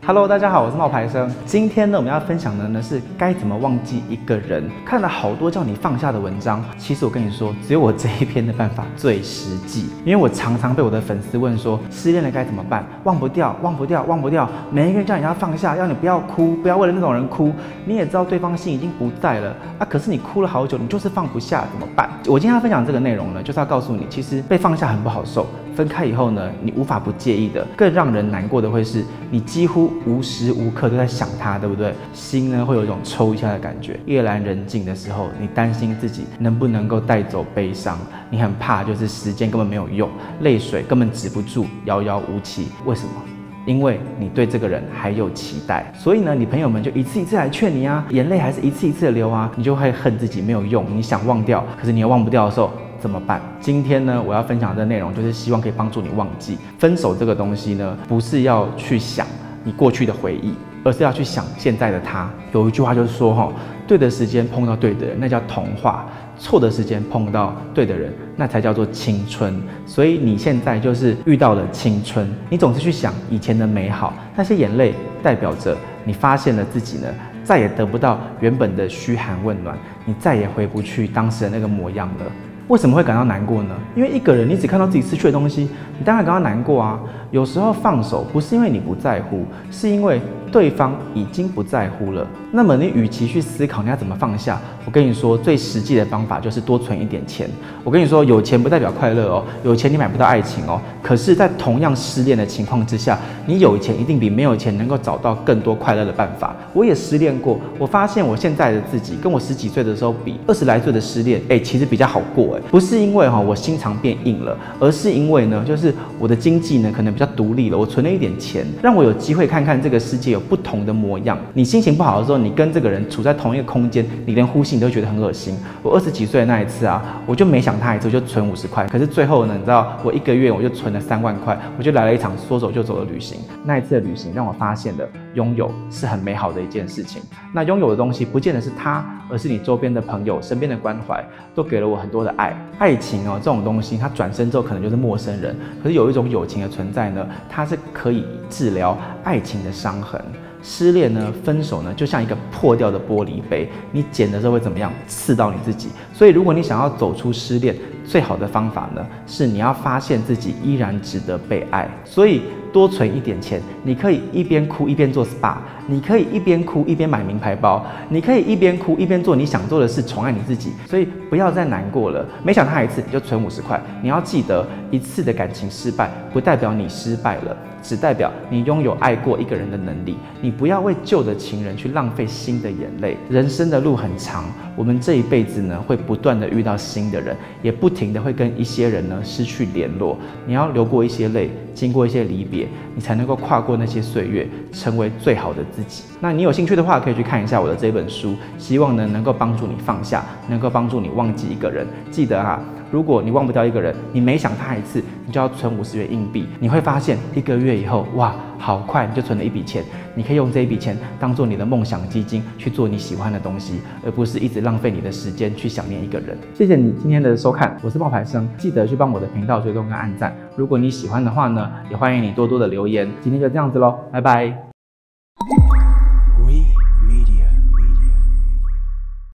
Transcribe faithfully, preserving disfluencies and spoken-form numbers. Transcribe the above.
Hello， 大家好，我是冒牌生。今天呢，我们要分享的呢是该怎么忘记一个人。看了好多叫你放下的文章，其实我跟你说，只有我这一篇的办法最实际。因为我常常被我的粉丝问说，失恋了该怎么办？忘不掉，忘不掉，忘不掉。每一个人叫你要放下，要你不要哭，不要为了那种人哭。你也知道对方心已经不在了啊，可是你哭了好久，你就是放不下，怎么办？我今天要分享这个内容呢，就是要告诉你，其实被放下很不好受。分开以后呢，你无法不介意的。更让人难过的会是，你几乎无时无刻都在想他，对不对？心呢会有一种抽一下的感觉。夜阑人静的时候，你担心自己能不能够带走悲伤，你很怕就是时间根本没有用，泪水根本止不住，遥遥无期。为什么？因为你对这个人还有期待，所以呢，你朋友们就一次一次来劝你啊，眼泪还是一次一次的流啊，你就会恨自己没有用，你想忘掉，可是你又忘不掉的时候怎么办？今天呢，我要分享的内容就是希望可以帮助你忘记分手这个东西呢，不是要去想你过去的回忆，而是要去想现在的他。有一句话就是说，哈，对的时间碰到对的人，那叫童话；错的时间碰到对的人，那才叫做青春。所以你现在就是遇到了青春，你总是去想以前的美好，那些眼泪代表着你发现了自己呢，再也得不到原本的嘘寒问暖，你再也回不去当时的那个模样了。为什么会感到难过呢？因为一个人，你只看到自己失去的东西，你当然感到难过啊。有时候放手不是因为你不在乎，是因为对方已经不在乎了。那么你与其去思考你要怎么放下，我跟你说最实际的方法就是多存一点钱。我跟你说，有钱不代表快乐哦，有钱你买不到爱情哦。可是，在同样失恋的情况之下，你有钱一定比没有钱能够找到更多快乐的办法。我也失恋过，我发现我现在的自己跟我十几岁的时候比，二十来岁的失恋，哎，其实比较好过哎。不是因为哈我心肠变硬了，而是因为呢，就是我的经济呢可能比较独立了，我存了一点钱，让我有机会看看这个世界有不同的模样。你心情不好的时候，你跟这个人处在同一个空间，你连呼吸你都觉得很恶心。我二十几岁的那一次啊，我就没想他一次，我就存五十块。可是最后呢，你知道我一个月我就存了三万块，我就来了一场说走就走的旅行。那一次的旅行让我发现了拥有是很美好的一件事情。那拥有的东西不见得是他，而是你周边的朋友、身边的关怀，都给了我很多的爱。爱情哦，这种东西，它转身之后可能就是陌生人。可是有一种友情的存在呢，它是可以治疗爱情的伤痕。失恋呢，分手呢，就像一个破掉的玻璃杯，你捡的时候会怎么样？刺到你自己。所以，如果你想要走出失恋，最好的方法呢，是你要发现自己依然值得被爱。所以，多存一点钱，你可以一边哭一边做 S P A， 你可以一边哭一边买名牌包，你可以一边哭一边做你想做的事，宠爱你自己。所以，不要再难过了。没想他一次，你就存五十块。你要记得，一次的感情失败，不代表你失败了。只代表你拥有爱过一个人的能力。你不要为旧的情人去浪费新的眼泪。人生的路很长，我们这一辈子呢会不断的遇到新的人，也不停的会跟一些人呢失去联络。你要流过一些泪，经过一些离别，你才能够跨过那些岁月，成为最好的自己。那你有兴趣的话，可以去看一下我的这本书，希望呢能够帮助你放下，能够帮助你忘记一个人。记得啊，如果你忘不掉一个人，你每想他一次，你就要存五十元硬币。你会发现一个月以后，哇，好快你就存了一笔钱。你可以用这一笔钱当做你的梦想基金，去做你喜欢的东西，而不是一直浪费你的时间去想念一个人。谢谢你今天的收看，我是冒牌生，记得去帮我的频道追踪跟按赞。如果你喜欢的话呢，也欢迎你多多的留言。今天就这样子咯，拜拜。